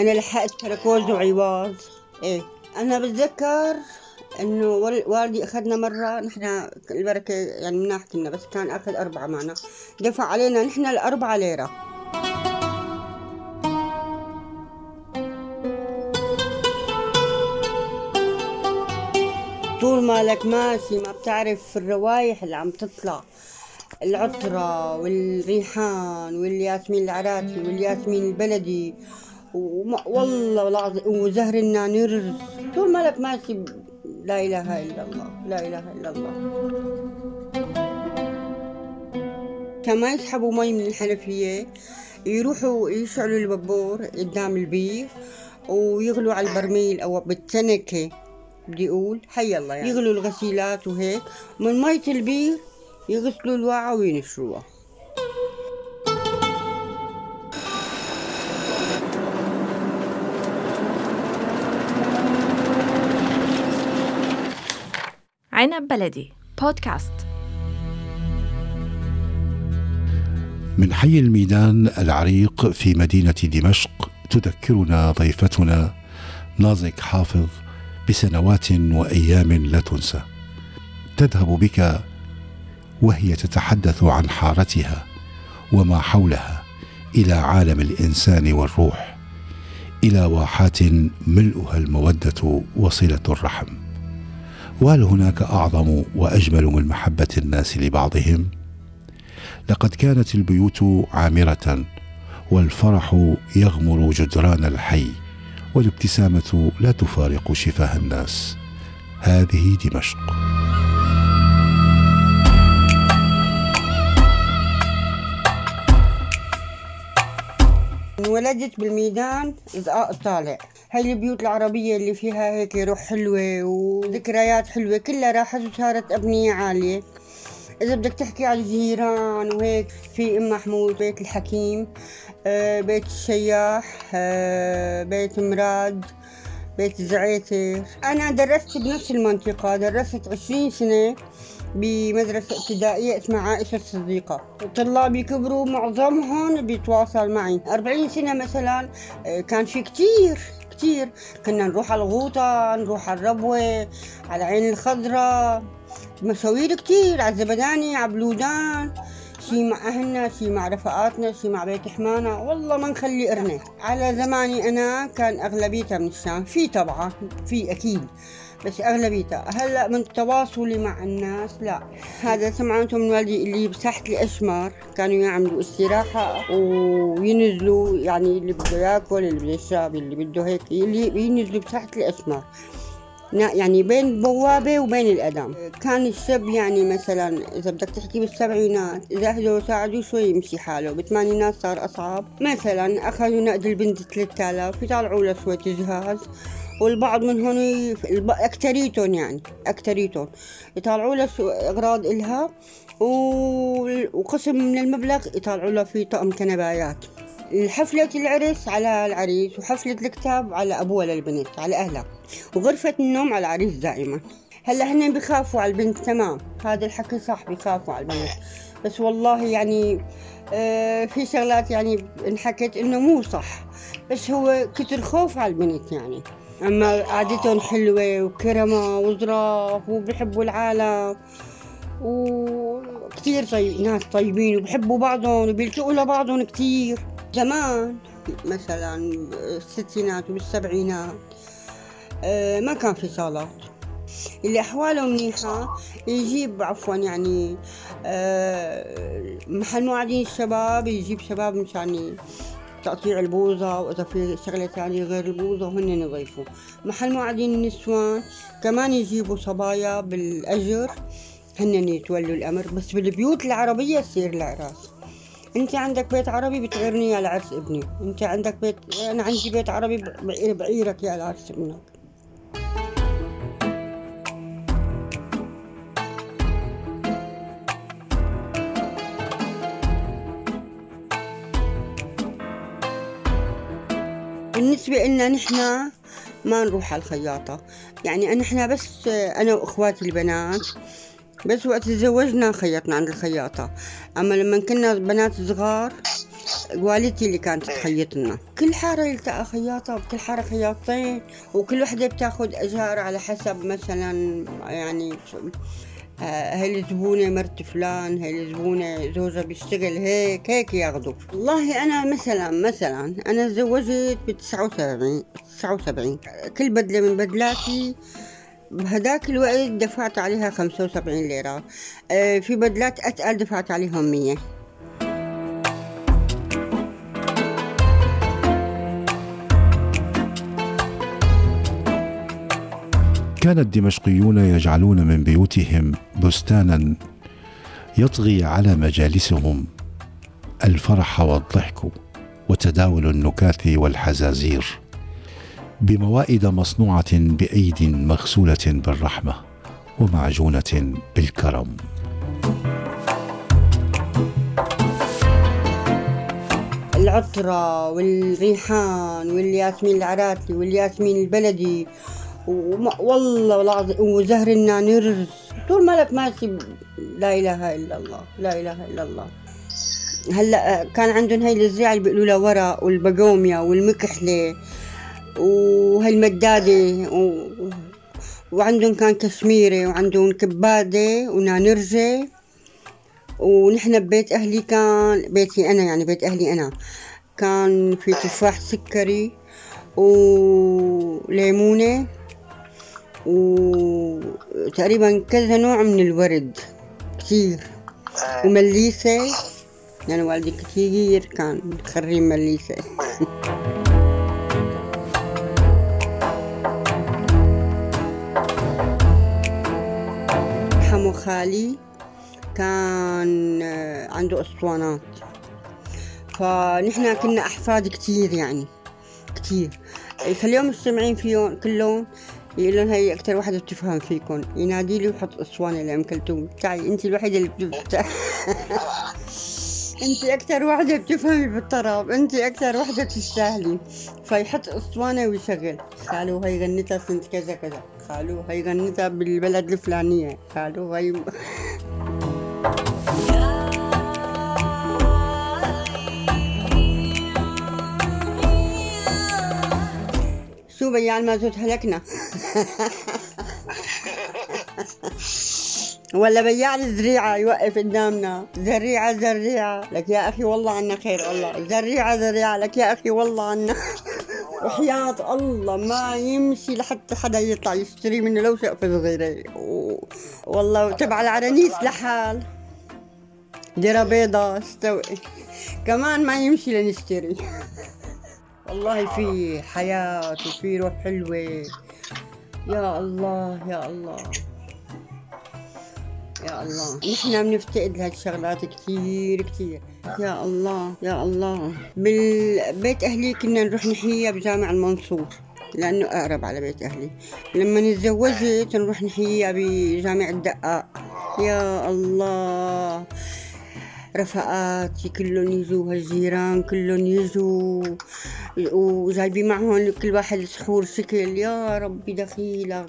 أنا لحقت تركوز وعواز. إيه أنا بتذكر إنه والدي أخذنا مرة، نحن البركة يعني مناح كنا، بس كان أخذ 4 معنا، دفع علينا نحن 4 ليرة. طول ما لك ماشي ما بتعرف الروايح اللي عم تطلع، العطرة والريحان والياسمين العراقي والياسمين البلدي والله العظيم وزهر النانير. طول ما لك ماشي لا إله إلا الله، لا إله إلا الله. كما يسحبوا مي من الحنفية يروحوا يشعلوا البابور قدام البير ويغلوا على البرميل أو بالتنكة، بدي أقول حي الله يعني. يغلوا الغسيلات وهيك من مية البير يغسلوا الواعة وينشروها. عنب بلدي بودكاست. من حي الميدان العريق في مدينة دمشق تذكرنا ضيفتنا نازك حافظ بسنوات وأيام لا تنسى. تذهب بك وهي تتحدث عن حارتها وما حولها إلى عالم الإنسان والروح، إلى واحات ملؤها المودة وصلة الرحم. وهل هناك أعظم وأجمل من محبة الناس لبعضهم؟ لقد كانت البيوت عامرة والفرح يغمر جدران الحي والابتسامة لا تفارق شفاه الناس. هذه دمشق. انولدت بالميدان إزقاق طالع. هاي البيوت العربية اللي فيها هيك روح حلوة وذكريات حلوة كلها راحت وصارت أبنية عالية. إذا بدك تحكي على الجيران وهيك، في أم محمود، بيت الحكيم، بيت الشياح، بيت مراد، بيت الزعيتر. أنا درست بنفس المنطقة، درست 20 سنة بمدرسة ابتدائية اسمها عائشة الصديقة. طلابي كبروا معظمهم بيتواصل معي. 40 سنة مثلا كان في كتير كنا نروح على الغوطة، نروح على الربوة، على عين الخضراء، مشاوير كتير، على الزبداني، على بلودان، شي مع أهلنا، شي مع رفقاتنا، شي مع بيت حمانا. والله ما نخلي قرنة. على زماني أنا كان أغلبيتها من الشام، في طبعا في أكيد، بس أغلبيتها. هلأ من تواصلي مع الناس لا. هذا سمعته من والدي اللي بساحة الأشمر كانوا يعملوا استراحة وينزلوا، يعني اللي بده ياكل، اللي بده يشرب، اللي بده هيك، اللي ينزلوا بساحة الأشمر، يعني بين البوابة وبين الأدم. كان الشاب يعني مثلا إذا بدك تحكي بالسبعينات، إذا أهله ساعدوا شوي يمشي حاله. بالثمانينات صار أصعب. مثلا أخذوا نقد البنت 3000 يطلعوا له شوية جهاز، والبعض من هون أكتريتون يطلعوا له أغراض إلها، وقسم من المبلغ يطلعوا له في طقم كنبايات. حفلة العرس على العريس، وحفلة الكتاب على أبوها للبنت، على أهلها، وغرفة النوم على العريس دائما. هلا هن بيخافوا على البنت، تمام، هذا الحكي صح، بيخافوا على البنت، بس والله يعني في شغلات يعني انحكت إنه مو صح، بس هو كتر خوف على البنت يعني. أما قعدتهم حلوة وكرمة وظراف وبيحبوا العالم وكتير ناس طيبين وبيحبوا بعضهم وبيلتقوا لبعضهم كتير. زمان مثلا بالستينات وبالسبعينات ما كان في صالات. اللي أحواله منيحة يجيب يعني محل موعدين الشباب، يجيب شباب مشان تقطيع البوظة، وإذا في شغلة ثانية غير البوظة وهن يضيفوا. محل موعدين النسوان كمان يجيبوا صبايا بالأجر، هن يتولوا الأمر. بس بالبيوت العربية تصير العراس. انت عندك بيت عربي بتغيرني على عرس ابني، انت عندك بيت، انا عندي بيت عربي بعيرك يا عرس ابنك. بالنسبة لنا نحن ما نروح على الخياطة، يعني نحن بس انا واخواتي البنات بس وقت تزوجنا خيطنا عند الخياطة. أما لما كنا بنات صغار والدتي اللي كانت تخيط لنا. كل حارة يلتقى خياطة، وبكل حارة خياطين، وكل وحدة بتاخد أجار على حسب مثلا يعني هاي الزبونة مرت فلان، هاي الزبونة زوجها بيشتغل هيك ياخدوا. والله أنا مثلا أنا تزوجت ب79. كل بدلة من بدلاتي بهداك الوقت دفعت عليها 75 ليرة. في بدلات أتقل دفعت عليهم 100. كان الدمشقيون يجعلون من بيوتهم بستانا يطغي على مجالسهم الفرح والضحك وتداول النكات والحزازير، بموائد مصنوعة بأيد مغسولة بالرحمة ومعجونة بالكرم. العطرة والريحان والياسمين العراتي والياسمين البلدي والله العظيم وزهر النانيرز، طول مالك ماشي لا إله إلا الله، لا إله إلا الله. هلا كان عندهم هاي الزريعة اللي بيقولوا لها ورق والبقوميا والمكحلة وهالمدادة وعندهم كان كشميري وعندهم كبادة ونانرجة. ونحن ببيت أهلي كان بيتي أنا يعني بيت أهلي أنا كان في تفاح سكري وليمونة وتقريبا كذا نوع من الورد كتير ومليسة، يعني والدي كتير كان خريم مليسة. حمو خالي كان عنده أسطوانات، فنحن كنا أحفاد كتير يعني كتير. فاليوم مجتمعين فيهم كلهم يقولون هي أكتر واحدة بتفهم فيكم، ينادي لي وحط أسطوانة لأم كلثوم، تعي أنت الوحيدة اللي أنت أكتر واحدة بتفهمي بالطرب، أنت أكتر واحدة بتستاهلي. فيحط أسطوانة ويشغل، خالو هي غنتها سنة كذا كذا، خالو هي غنتها بالبلد الفلانية، خالو هي شو بياع المازوت هلكنا. ولا بياع الزريعة يوقف قدامنا، زريعة لك يا أخي والله عنا خير، الله زريعة لك يا أخي والله عنا. وحياة الله ما يمشي لحتى حدا يطلع يشتري منه لو شقفة صغيرة. والله تبع العرانيس لحال ديرة بيضة استوي كمان ما يمشي لنشتري. والله في حياة وفي روح حلوة. يا الله يا الله يا الله، نحن بنفتقد لهالشغلات كتير كتير. يا الله يا الله. بالبيت أهلي كنا نروح نحييها بجامع المنصور لأنه أقرب على بيت أهلي. لما نتزوجت نروح نحييها بجامع الدقاق. يا الله، رفقاتي كلهم يجوا، هالجيران كلهم يجوا وجايبين معهم كل واحد سحور شكل. يا ربي دخيلك.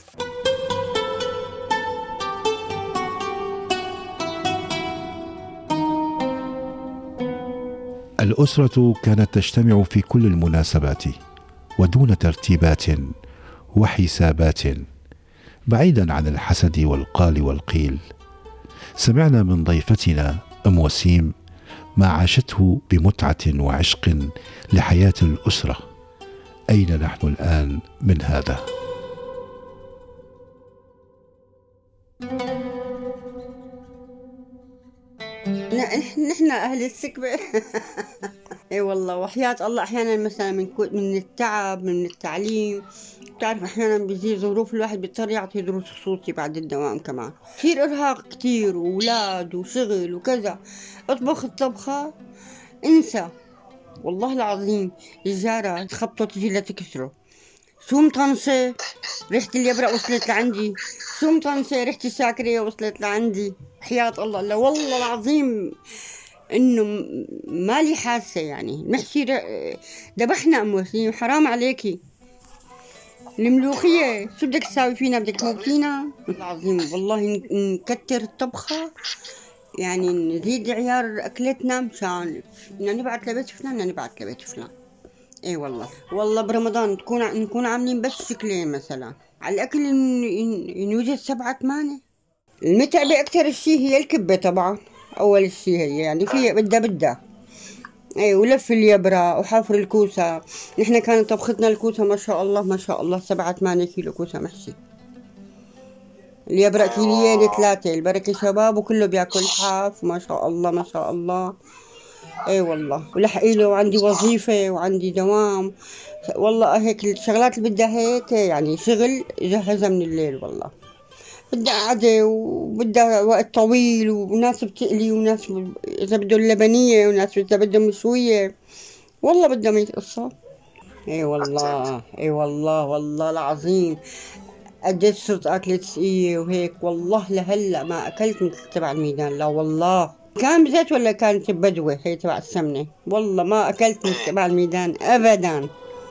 الأسرة كانت تجتمع في كل المناسبات ودون ترتيبات وحسابات، بعيدا عن الحسد والقال والقيل. سمعنا من ضيفتنا أم وسيم ما عاشته بمتعة وعشق لحياة الأسرة. أين نحن الآن من هذا؟ نحن أهل السكبة. اي والله وحياة الله احيانا مثلا من التعب من التعليم، بتعرف احيانا بيجي ظروف الواحد بيضطر يعطي دروس خصوصي بعد الدوام، كمان كثير ارهاق كثير واولاد وشغل وكذا. اطبخ الطبخة انسى والله العظيم، الجارة تخبطه تجي لتكسره. شو مطنشة ريحة اليبرق وصلت لعندي، شو مطنشة ريحة الشاكرية وصلت لعندي. حياة الله لا والله العظيم انه مالي حاسة يعني. نحكي ذبحنا ام وسيم، حرام عليكي. الملوخية شو بدك تساوي فينا، بدك تموتينا العظيم. والله نكتر الطبخة يعني نزيد عيار أكلتنا مشان نبعث لبيت فلان نبعث لبيت فلان. اي والله برمضان نكون عاملين بس شكلين مثلا على الأكل ينوجد 7-8. المتعبة أكثر الشيء هي الكبة طبعا، أول شيء هي يعني فيها بدها اي، ولف اليبرة وحفر الكوسة. نحن كانت طبختنا الكوسة ما شاء الله 7-8 كيلو كوسة محشي. اليبرة 2-3 البركة شباب وكله بياكل حاف ما شاء الله. اي والله ولحقيله وعندي وظيفة وعندي دوام والله. هيك الشغلات اللي بدها هيك يعني شغل جهزها من الليل. والله بدها قعدة وبدها وقت طويل، وناس بتقلي وناس إذا بدهم لبنية وناس إذا بدهم مشوية. والله بدها 100 قصة. اي والله العظيم قديش صرت أكلة ثقيلة وهيك. والله لهلا ما أكلت مثل تبع الميدان، لا والله كان بزيت ولا كانت بدوة هي تبع السمنة. والله ما أكلت مثل تبع الميدان أبدا.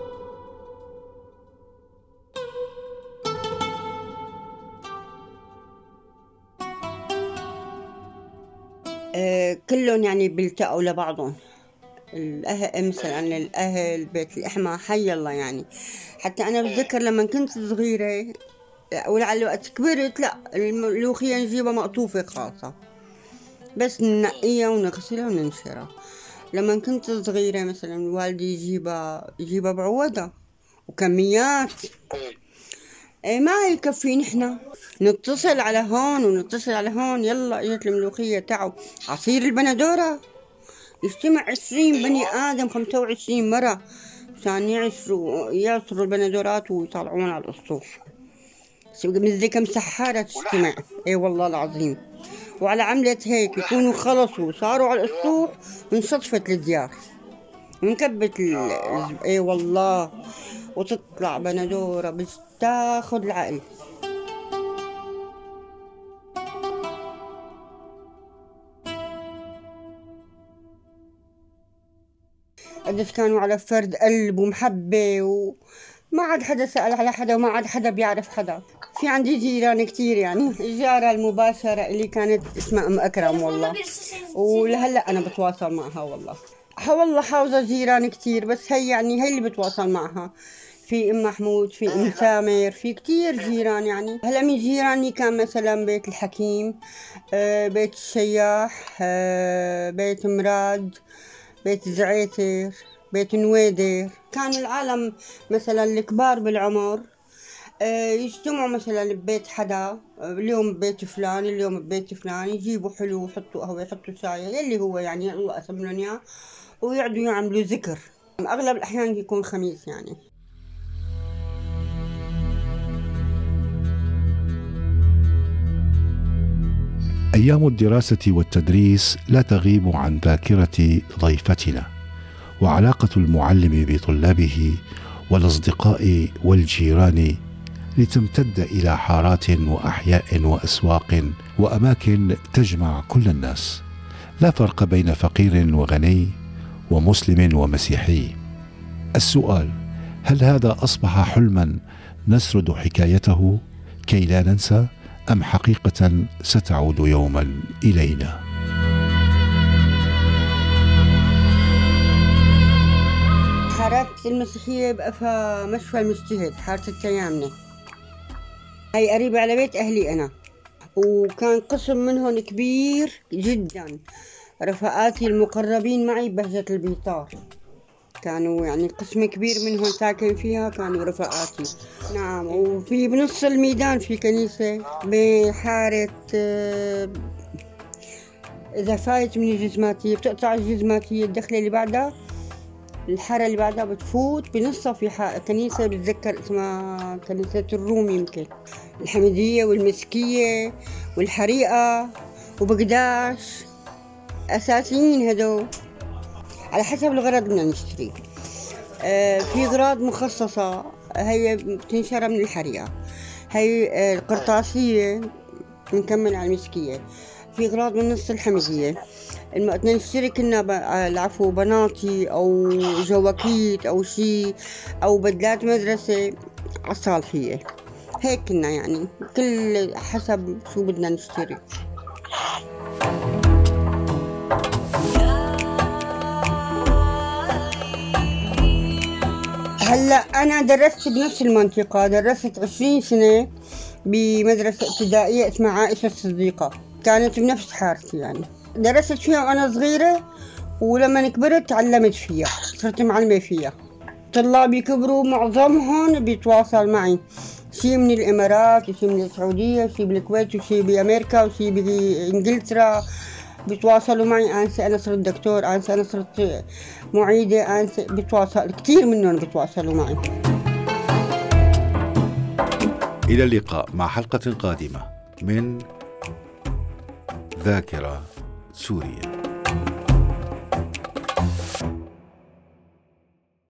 كلهم يعني بيلتقوا لبعضهم. الأهل مثلا الأهل بيت الإحمى حي الله يعني. حتى أنا بتذكر لما كنت صغيرة ولعل وقت كبرت لا الملوخية نجيبها مقطوفة خاصة بس ننقيها ونغسلها وننشرها. لما كنت صغيرة مثلا والدي يجيبها بعوضة وكميات ما يكفي. نحن نتصل على هون ونتصل على هون، يلا اجت الملوخية تعوا. عصير البندورة يجتمع 20 بني آدم 25 مرة عشان يعصروا البندورات ويطلعون على الأسطوح. مثل كم سحارة تجتمع. اي والله العظيم. وعلى عملة هيك يكونوا خلصوا وصاروا على الأسطوح وانصدفت الديار ونكبت اي والله. وتطلع بندورة بس تاخذ العقل. قديش كانوا على فرد قلب ومحبة وما عاد حدا سأل على حدا وما عاد حدا بيعرف حدا. في عندي جيران كتير يعني. الجارة المباشرة اللي كانت اسمها أم أكرم والله، ولهلأ أنا بتواصل معها والله. والله حاوزة جيران كتير بس هي اللي بتواصل معها. في أم محمود، في أم سامر، في كتير جيران يعني. هلا من جيراني كان مثلا بيت الحكيم، بيت الشياح، بيت مراد، بيت زعيتر، بيت نويدر. كان العالم مثلا الكبار بالعمر يجتمعوا مثلا ببيت حدا، اليوم ببيت فلان اليوم ببيت فلان، يجيبوا حلو يحطوا قهوة يحطوا شاي يلي هو يعني الله قسم لهم اياه، ويقعدوا يعملوا ذكر. اغلب الاحيان يكون خميس يعني. أيام الدراسة والتدريس لا تغيب عن ذاكرة ضيفتنا، وعلاقة المعلم بطلابه والأصدقاء والجيران لتمتد إلى حارات وأحياء وأسواق وأماكن تجمع كل الناس، لا فرق بين فقير وغني ومسلم ومسيحي. السؤال: هل هذا أصبح حلما نسرد حكايته كي لا ننسى، أم حقيقة ستعود يوما إلينا؟ حارات المسيحية بقى فيها مشفى المجتهد، حارة التيامنة، هي قريبة على بيت أهلي أنا، وكان قسم منهم كبير جدا. رفقاتي المقربين معي بهجة البيطار كانوا يعني قسم كبير منهم ساكن فيها، كانوا رفقاتي. نعم. وفي بنص الميدان في كنيسة بحارة، إذا فايت من الجزماتية بتقطع الجزماتية الدخلة اللي بعدها، الحارة اللي بعدها بتفوت بنصها في كنيسة بتذكر اسمها كنيسة الروم، يمكن الحمدية والمسكية والحريقة وبقداش، أساسيين هدول على حسب الغرض بدنا نشتري. في أغراض مخصصة هي بتنشرى من الحريقة، هي القرطاسية بنكمل على المسكية. في أغراض من نص الحمدية بدنا نشتري كنا العفو بناطي أو جواكيت أو شي أو بدلات مدرسة على الصالحية، هيك كنا يعني كل حسب شو بدنا نشتري. هلا أنا درست بنفس المنطقة، درست 20 سنة بمدرسة ابتدائية اسمها عائشة الصديقة، كانت بنفس حارتي يعني. درست فيها وأنا صغيرة، ولما كبرت تعلمت فيها، صرت معلمة فيها. طلابي كبروا معظمهم بيتواصل معي، شي من الإمارات وشي من السعودية وشي بالكويت وشي بأمريكا وشي بإنجلترا، بيتواصلوا معي. أنا صرت دكتور، أنا صرت معيدة، بيتواصل كتير منهم بيتواصلوا معي. إلى اللقاء مع حلقة قادمة من ذاكرة سوريا.